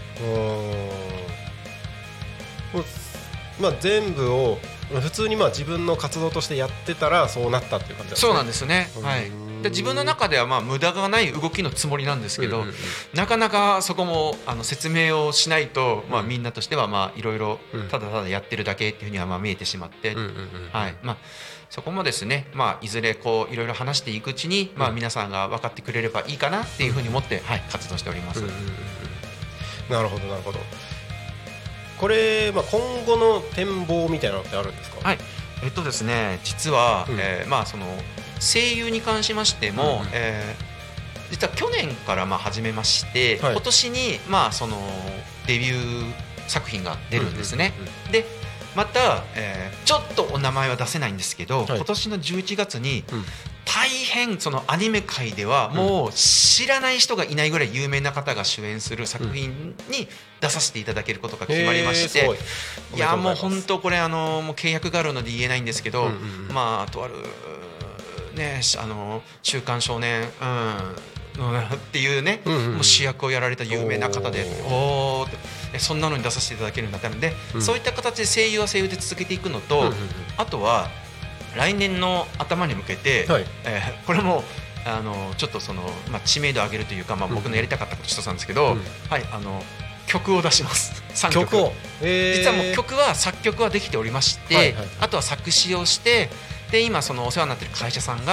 全部を普通に自分の活動としてやってたらそうなったっていう感じなんですね。 そうなんですね。で自分の中では無駄がない動きのつもりなんですけど、なかなかそこも説明をしないと、みんなとしてはいろいろただただやってるだけっていうふうには見えてしまって、そこもですね、いずれいろいろ話していくうちに、皆さんが分かってくれればいいかなっていうふうに思って、活動しております。 なるほどなるほど。これ、今後の展望みたいなのってあるんですか？ ですね、実は、その声優に関しましても、実は去年から始めまして、今年にそのデビュー作品が出るんですね。でまた、ちょっとお名前は出せないんですけど、今年の11月に大変そのアニメ界ではもう知らない人がいないぐらい有名な方が主演する作品に出させていただけることが決まりまして、いやもう本当これもう契約があるので言えないんですけど、とあるね週刊少年っていうね、もう主役をやられた有名な方で、そんなのに出させていただけるんだったので、そういった形で声優は声優で続けていくのと、あとは来年の頭に向けて、これもちょっとその、知名度を上げるというか、僕のやりたかったこと一つなんですけど、曲を出します。3曲を実はもう曲は作曲はできておりまして、あとは作詞をして、で今そのお世話になっている会社さんが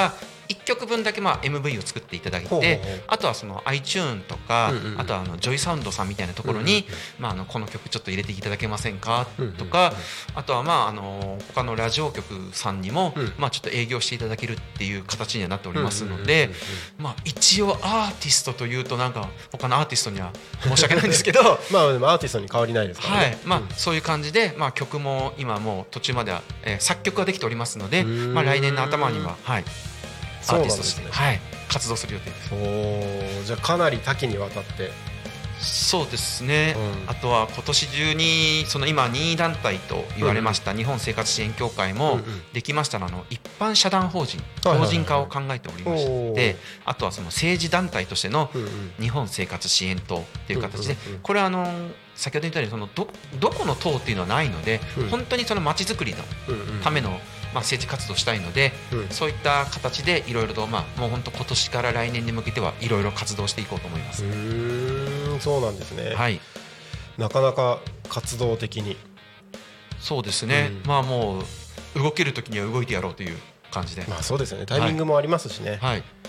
1曲分だけMV を作っていただいて、あとはその iTune とか、あとはジョイサウンドさんみたいなところに、この曲ちょっと入れていただけませんかとか、あとは他のラジオ局さんにもちょっと営業していただけるっていう形にはなっておりますので、一応アーティストというとなんか他のアーティストには申し訳ないんですけどでもアーティストに変わりないですからね。 そういう感じで、曲も今もう途中までは、作曲ができておりますので、来年の頭には、アーティストとして、活動する予定です。 じゃあかなり多岐にわたって。 そうですね、あとは今年中にその今任意団体と言われました日本生活支援協会もできましたら一般社団法人化を考えておりまして、あとはその政治団体としての日本生活支援党っていう形で、これは先ほど言ったようにそのどこの党っていうのはないので、本当にその街づくりのための政治活動したいので、そういった形でいろいろともう本当今年から来年に向けてはいろいろ活動していこうと思います。 そうなんですね。なかなか活動的に。 そうですね、もう動ける時には動いてやろうという感じで。 そうですよね、タイミングもありますしね。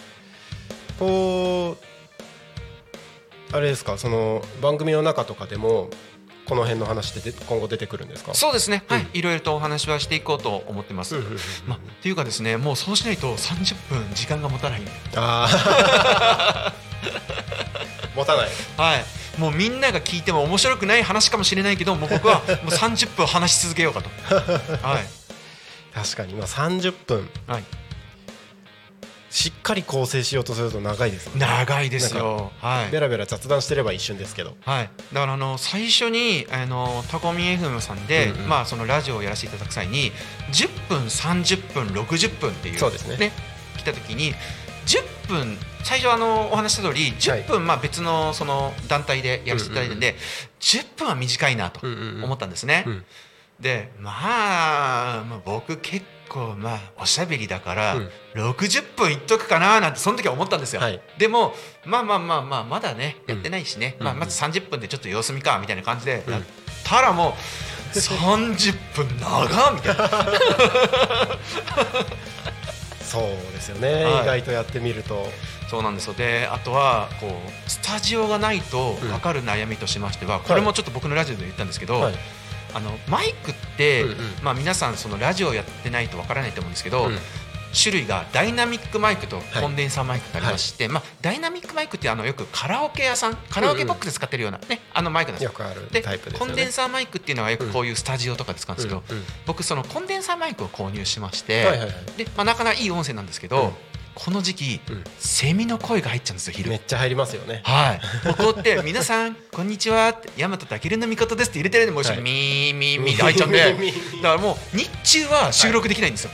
こうあれですか、その番組の中とかでもこの辺の話で今後出てくるんですか？ そうですね、いろいろとお話はしていこうと思ってます。っていうかですね、もうそうしないと30分時間が持たないんで。 持たない。 もうみんなが聞いても面白くない話かもしれないけど、もう僕はもう30分話し続けようかと。 確かに30分、しっかり構成しようとすると長いですね。 長いですよ。 ベラベラ雑談してれば一瞬ですけど。 だから最初にタコミ FM さんで、そのラジオをやらせていただく際に10分30分60分っていうそうですね、 来た時に10分最初お話した通り10分別のその団体でやらせていただいたんで、10分は短いなと思ったんですね。で僕結構おしゃべりだから60分いっとくかななんてその時は思ったんですよ。でもまだねやってないしね、まず30分でちょっと様子見かみたいな感じでやったらもう30分長っみたいな。 そうですよね、意外とやってみると。 そうなんですよ。であとはこうスタジオがないと分かる悩みとしましては、これもちょっと僕のラジオで言ったんですけど、マイクって、皆さんそのラジオやってないと分からないと思うんですけど、種類がダイナミックマイクとコンデンサーマイクがありまして、ダイナミックマイクってよくカラオケ屋さんカラオケボックスで使ってるような、マイクなんですよ。 よくあるタイプですよね。 コンデンサーマイクっていうのはよくこういうスタジオとかで使うんですけど、僕そのコンデンサーマイクを購入しまして、でなかなかいい音声なんですけど、この時期、セミの声が入っちゃうんですよ。昼めっちゃ入りますよね。 ここって皆さんこんにちはって大和たけるのみことですって入れてるのも一緒にミーミーミーって入っちゃうんで、だからもう日中は収録できないんですよ。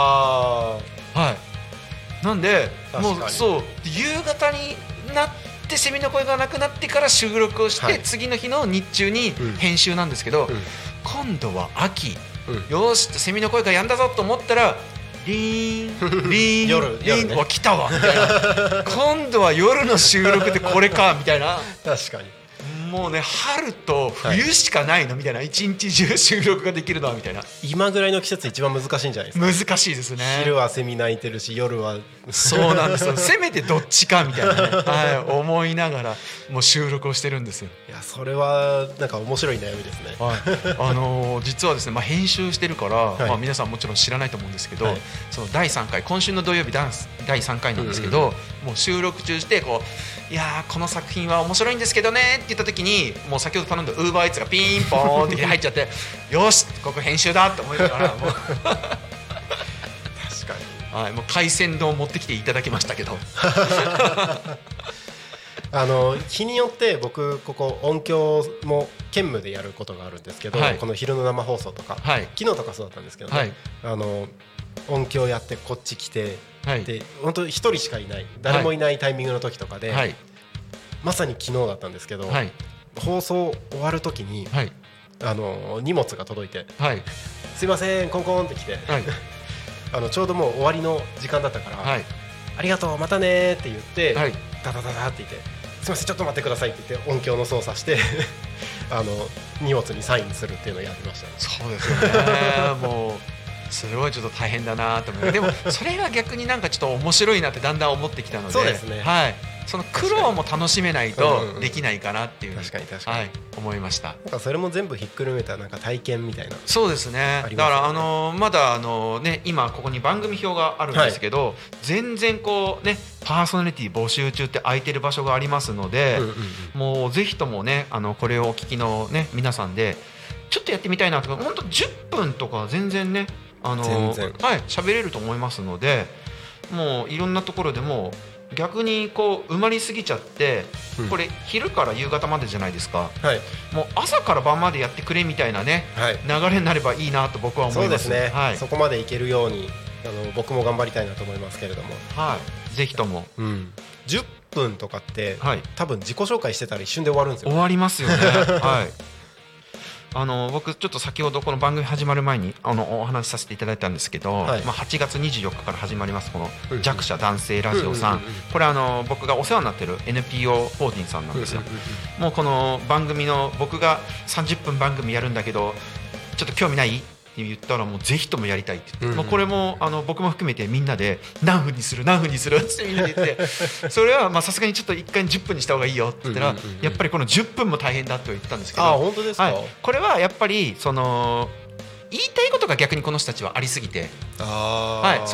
なんでもうそう夕方になってセミの声がなくなってから収録をして、次の日の日中に編集なんですけど、今度は秋、よしセミの声がやんだぞと思ったらリーンリーンリーンは来たわみたいな。今度は夜の収録でこれかみたいな。 確かにもうね、春と冬しかないのみたいな、一日中収録ができるのみたいな。 今ぐらいの季節一番難しいんじゃないですか。 難しいですね。 昼はセミ鳴いてるし夜はそうなんですよ。せめてどっちかみたいなね、思いながらもう収録をしてるんですよ。 いやそれはなんか面白い悩みですね。 実はですね、編集してるから、皆さんもちろん知らないと思うんですけど、その第3回今週の土曜日第3回なんですけど、もう収録中してこういやこの作品は面白いんですけどねって言った時に、もう先ほど頼んだウーバーイーツがピンポーンって入っちゃってよしここ編集だって思いながらもう確かに、もう海鮮丼を持ってきていただきましたけど日によって僕ここ音響も兼務でやることがあるんですけど、この昼の生放送とか、昨日とかそうだったんですけどね、音響やってこっち来て、で本当一人しかいない誰もいないタイミングの時とかで、まさに昨日だったんですけど、放送終わる時に、荷物が届いて、すいませんコンコンって来て、ちょうどもう終わりの時間だったから、ありがとうまたねって言って、ダダダダって言ってすいませんちょっと待ってくださいって言って音響の操作して荷物にサインするっていうのをやりましたね。 そうですよねもうすごいちょっと大変だなと思ってでもそれが逆になんかちょっと面白いなってだんだん思ってきたので、 そうですね、 はい、その苦労も楽しめないとできないかなっていう、 確かに確かに、 はい、思いました。 なんかそれも全部ひっくるめたなんか体験みたいな。 そうですね、だからまだね、今ここに番組表があるんですけど、はい、全然こうねパーソナリティ募集中って空いてる場所がありますので、もうぜひともねこれをお聞きのね皆さんでちょっとやってみたいなとか、本当10分とか全然ねはい喋れると思いますので、もういろんなところでも逆にこう埋まりすぎちゃって、これ昼から夕方までじゃないですか、はい、もう朝から晩までやってくれみたいなね、はい、流れになればいいなと僕は思います。 そうですね、 はい、 そこまでいけるように僕も頑張りたいなと思いますけれども、 はい、ぜひとも、 10分とかって、 はい、 多分自己紹介してたら一瞬で終わるんですよ、 終わりますよねはい僕ちょっと先ほどこの番組始まる前にお話しさせていただいたんですけど、はい、8月24日から始まりますこの弱者男性ラジオさん、これ僕がお世話になってる NPO14 さんなんですよ。もうこの番組の僕が30分番組やるんだけどちょっと興味ない？って言ったらもうぜひともやりたいって言って、これも僕も含めてみんなで何分にするってみんなで言ってそれはさすがにちょっと1回10分にした方がいいよって言ったら、やっぱりこの10分も大変だと言ったんですけど、 本当ですか、 はい、これはやっぱり言いたいことが逆にこの人たちはありすぎて、はい、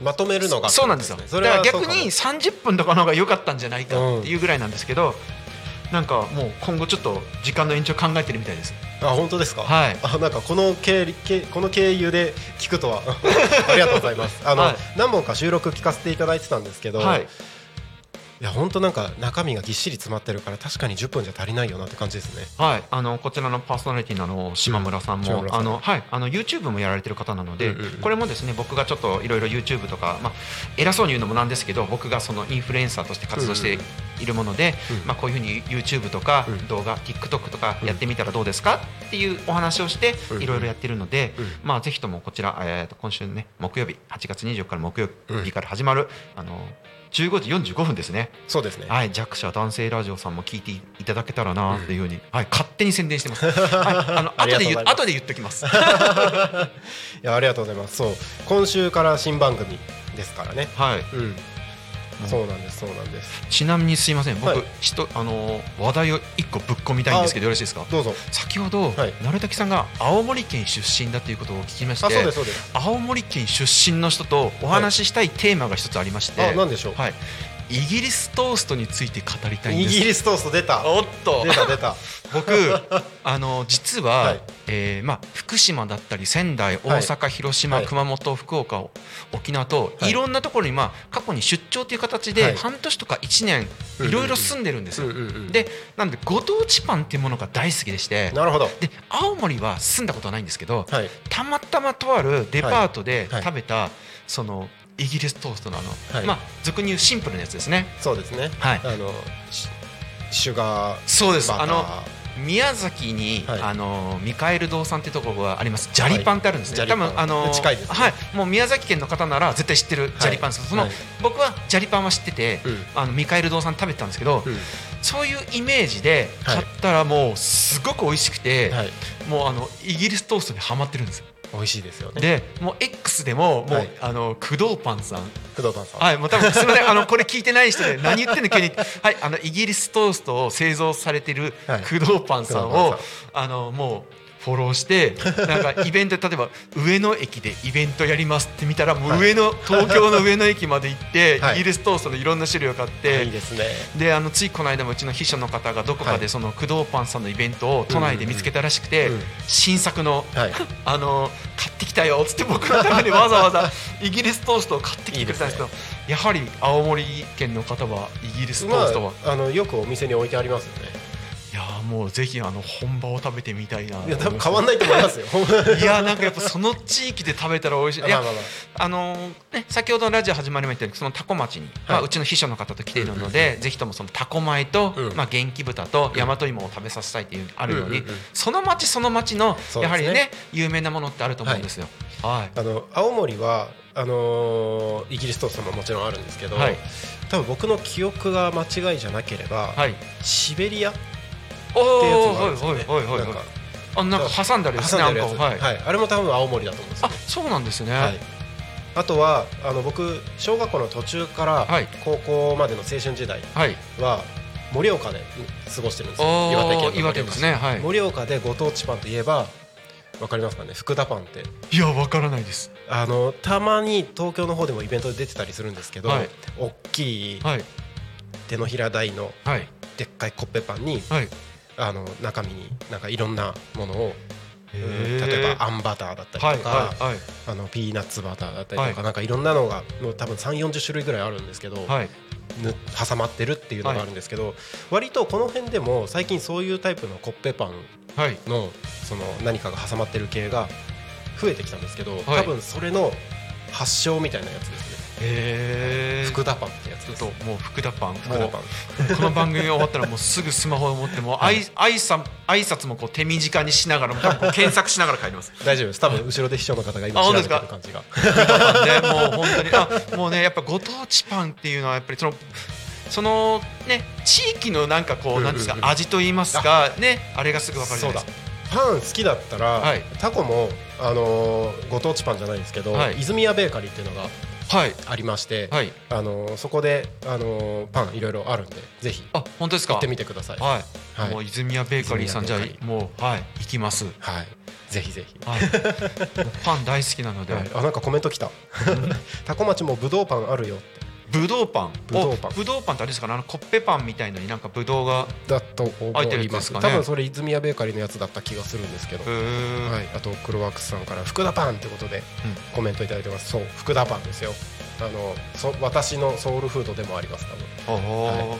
まとめるのがそうなんですよ。だから逆に30分とかの方が良かったんじゃないかっていうぐらいなんですけど、なんかもう今後ちょっと時間の延長考えてるみたいです。 本当ですか、 はい、 なんかこの経由で聞くとはありがとうございますはい、何本か収録聞かせていただいてたんですけど、はい、いや本当なんか中身がぎっしり詰まってるから確かに10分じゃ足りないよなって感じですね。 はい、こちらのパーソナリティの島村さんも、YouTube もやられてる方なので、これもですね僕がちょっといろいろ YouTube とか、偉そうに言うのもなんですけど、僕がそのインフルエンサーとして活動しているもので、こういうふうに YouTube とか動画、TikTok とかやってみたらどうですかっていうお話をしていろいろやってるので、ぜひともこちら、今週ね木曜日8月24日から木曜日から始まる15時45分ですね。 そうですね、 はい、弱者男性ラジオさんも聞いていただけたらなというように、はい、勝手に宣伝してますはい、後で言っときますいやありがとうございます。そう今週から新番組ですからね。はい、そうなんですそうなんです。 ちなみにすいません、僕、話題を1個ぶっ込みたいんですけどよろしいですか。 どうぞ。 先ほど、鳴滝さんが青森県出身だということを聞きまして、 そうですそうです。 青森県出身の人とお話ししたいテーマが一つありまして、 何でしょう。 はい、イギリストーストについて語りたいんです。 イギリストースト出た。 おっと出た僕実は、福島だったり仙台、大阪、広島、熊本、福岡、沖縄といろんなところに過去に出張という形で半年とか1年いろいろ住んでるんですよ。でなのでご当地パンっていうものが大好きでして、 なるほど。 で青森は住んだことはないんですけど、たまたまとあるデパートで食べたそのイギリストーストの俗に言うシンプルなやつですね。 そうですね。はい、シュガー。 そうです。宮崎に、ミカエル堂さんってところがあります。ジャリパンってあるんですね。多分近いですね。 はい、もう宮崎県の方なら絶対知ってるジャリパンです。僕はジャリパンは知ってて、ミカエル堂さん食べてたんですけど、そういうイメージで買ったらもうすごく美味しくて、もうイギリストーストにハマってるんですよ。 美味しいですよね。 でもう X でも工藤パンさん、 はい、 もう多分すみませんこれ聞いてない人で何言ってんの急にはいイギリストーストを製造されてる工藤パンさんをもうフォローしてなんかイベントで例えば上野駅でイベントやりますって見たらもう東京の上野駅まで行ってイギリストーストのいろんな種類を買っていいですね。 でついこの間もうちの秘書の方がどこかでその工藤パンさんのイベントを都内で見つけたらしくて新作の買ってきたよっつって僕のためにわざわざイギリストーストを買ってきてくれたんですけど、やはり青森県の方はイギリストーストはよくお店に置いてありますよね。 いやもうぜひ本場を食べてみたいな。 いや多分変わんないと思いますよいやなんかやっぱその地域で食べたら美味しい。いや先ほどラジオ始まりましたようにその多古町に、うちの秘書の方と来ているので、ぜひともその多古米と、元気豚と大和芋を食べさせたいというあるように、その町その町のやはりね有名なものってあると思うんですよ。 青森はイギリストーストももちろんあるんですけど、多分僕の記憶が間違いじゃなければ、シベリアってやつがあるんですよね。なんかなんか挟んだりですね、 挟んでるやつ、はい、あれも多分青森だと思うんですよね。 そうなんですね、 はい、あとは僕小学校の途中から高校までの青春時代は盛岡で過ごしてるんですよ。岩手県の岩手ですね、はい、 盛岡でご当地パンといえばわかりますかね、福田パンって。 いやわからないです。 たまに東京の方でもイベントで出てたりするんですけど、はい、大きい手のひら大のでっかいコッペパンに、はい、中身になんかいろんなものを、例えばあんバターだったりとか、はいはいはい、ピーナッツバターだったりとか、はい、なんかいろんなのが多分 3,40 種類ぐらいあるんですけど、はい、挟まってるっていうのがあるんですけど、はい、割とこの辺でも最近そういうタイプのコッペパンの、その何かが挟まってる系が増えてきたんですけど、多分それの発祥みたいなやつですね。福田パンってやつです。 もう福田パン、この番組が終わったらもうすぐスマホを持ってもう挨拶もこう手短にしながらも検索しながら帰ります。 大丈夫です。多分後ろで秘書の方が今調べてる感じが。 もう本当にもうね、やっぱご当地パンっていうのはやっぱりそのね地域のなんかこうなんですか、味と言いますかね、あれがすぐ分かるじゃないですか。 パン好きだったら、はい、タコもご当地パンじゃないですけど、はい、泉谷ベーカリーっていうのがありまして、はい、そこでパンいろいろあるんで、ぜひ本当ですか、 行ってみてください。 はいはい、もう泉谷ベーカリーさん、じゃあもう、はい、行きます。 はい、ぜひぜひ、 はい、パン大好きなので、はい、 なんかコメント来たタコ町もぶどうパンあるよって。 ぶどうパンってあれですかね、コッペパンみたいのになんかぶどうがだと思います。多分それ泉谷ベーカリーのやつだった気がするんですけど、はい、あとクロワックスさんから福田パンってことでコメントいただいてます。そう、福田パンですよ。私のソウルフードでもあります。多分、はい、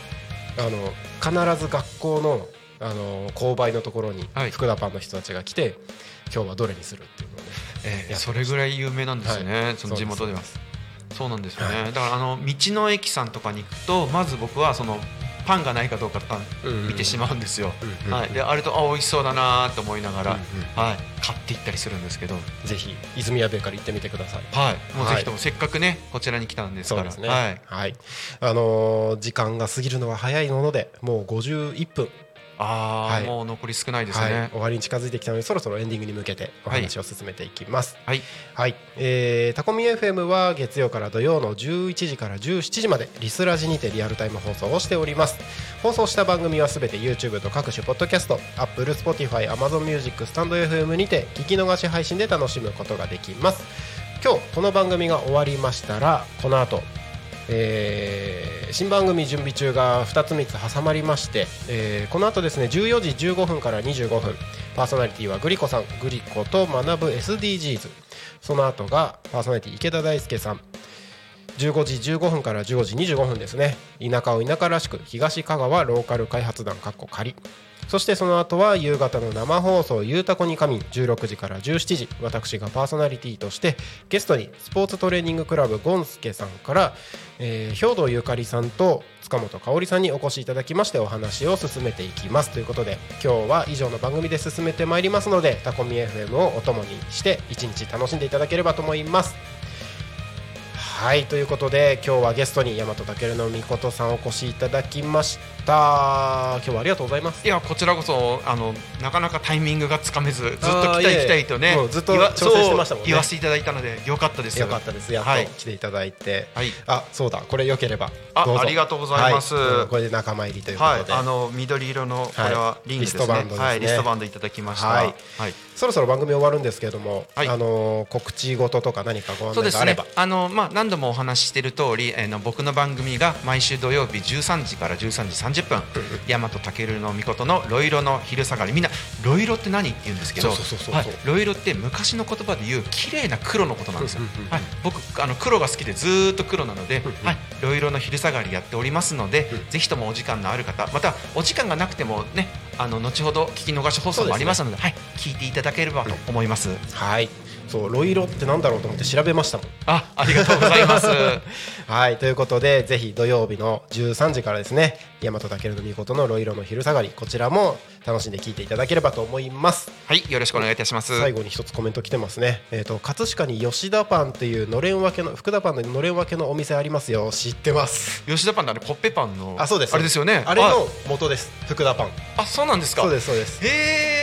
必ず学校の購買のところに福田パンの人たちが来て、今日はどれにするっていうのをね、 それぐらい有名なんですよね、はい、その地元では。そうなんですよね、はい、だから道の駅さんとかに行くとまず僕はそのパンがないかどうか見てしまうんですよ、はい、であれと美味しそうだなと思いながら、はい、買っていったりするんですけど、 ぜひ泉谷ベーカリー行ってみてください。 はい、もうぜひともせっかくねこちらに来たんですから。そうですね、はいはい、時間が過ぎるのは早いものでもう51分、 はい、もう残り少ないですね、 はい、終わりに近づいてきたのでそろそろエンディングに向けてお話を進めていきます。 はいはい、タコミ FM は月曜から土曜の11時から17時までリスラジにてリアルタイム放送をしております。放送した番組はすべて YouTube と各種ポッドキャスト、 Apple、Spotify、Amazon Music、スタンド FM にて聞き逃し配信で楽しむことができます。今日この番組が終わりましたらこの後新番組準備中が2つ3つ挟まりまして、この後ですね14時15分から25分パーソナリティはグリコさん、グリコと学ぶ SDGs、 その後がパーソナリティ池田大輔さん、15時15分から15時25分ですね、田舎を田舎らしく東香川ローカル開発団仮。そしてその後は夕方の生放送ゆうたこに仮眠、16時から17時私がパーソナリティとしてゲストにスポーツトレーニングクラブゴンスケさんから、兵藤ゆかりさんと塚本香織さんにお越しいただきましてお話を進めていきますということで、今日は以上の番組で進めてまいりますのでタコミ FM をお供にして一日楽しんでいただければと思います。はい、ということで今日はゲストに大和健のみことさんお越しいただきました。今日はありがとうございます。 いやこちらこそなかなかタイミングがつかめずずっと来たいとね、 ずっと調整してましたもんね。 言わせていただいたのでよかったです。 よかったです。やっと来ていただいて、はい、そうだ、これ良ければどうぞ。ありがとうございます、 はい、これで仲間入りということで、 はい、緑色のこれはリングですね、リストバンドですね、はい、リストバンドいただきました。 はいはい、そろそろ番組終わるんですけれども、はい、告知事とか何かご案内があれば。 そうですね、何度もお話ししている通り、僕の番組が毎週土曜日13時から13時30分大和健のみことのロイロの昼下がり、みんなロイロって何って言うんですけど、ロイロって昔の言葉で言う綺麗な黒のことなんですよ。はい、僕黒が好きでずっと黒なので、はい、ロイロの昼下がりやっておりますので、ぜひともお時間のある方、またお時間がなくてもね、後ほど聞き逃し放送もありますので、はい、聞いていただければと思います。 はい、そうロイロってなんだろうと思って調べましたもん。 ありがとうございますはい、ということでぜひ土曜日の13時からですね、大和健のみことのロイロの昼下がり、こちらも楽しんで聞いていただければと思います。 はい、よろしくお願いいたします。 最後に一つコメント来てますね。葛飾に吉田パンというのれん分けの福田パンののれん分けのお店ありますよ。知ってます。 吉田パンってコッペパンのそうです、 あれですよね。 あれの元です、福田パン。 そうなんですか。 そうですそうです。 へー、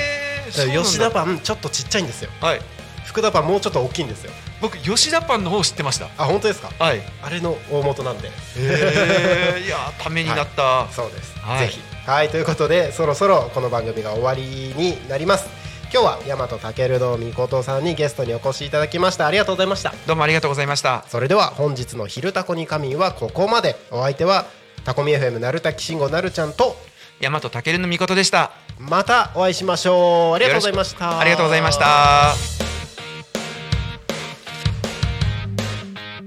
吉田パンちょっとちっちゃいんですよ。 はい。 福田パンもうちょっと大きいんですよ。 僕吉田パンの方知ってました。 あ、本当ですか。 はい。 あれの大元なんで。 いやためになった、 はい、そうです、 はい、 ぜひ。はいということでそろそろこの番組が終わりになります。今日は大和健のみことさんにゲストにお越しいただきました。ありがとうございました。 どうもありがとうございました。 それでは本日の昼タコに仮眠はここまで。お相手はタコミ FM なるたきしんごなるちゃんと大和健のみことでした。 またお会いしましょう。ありがとうございました。 ありがとうございました。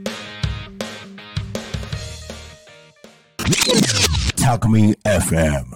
タコミ FM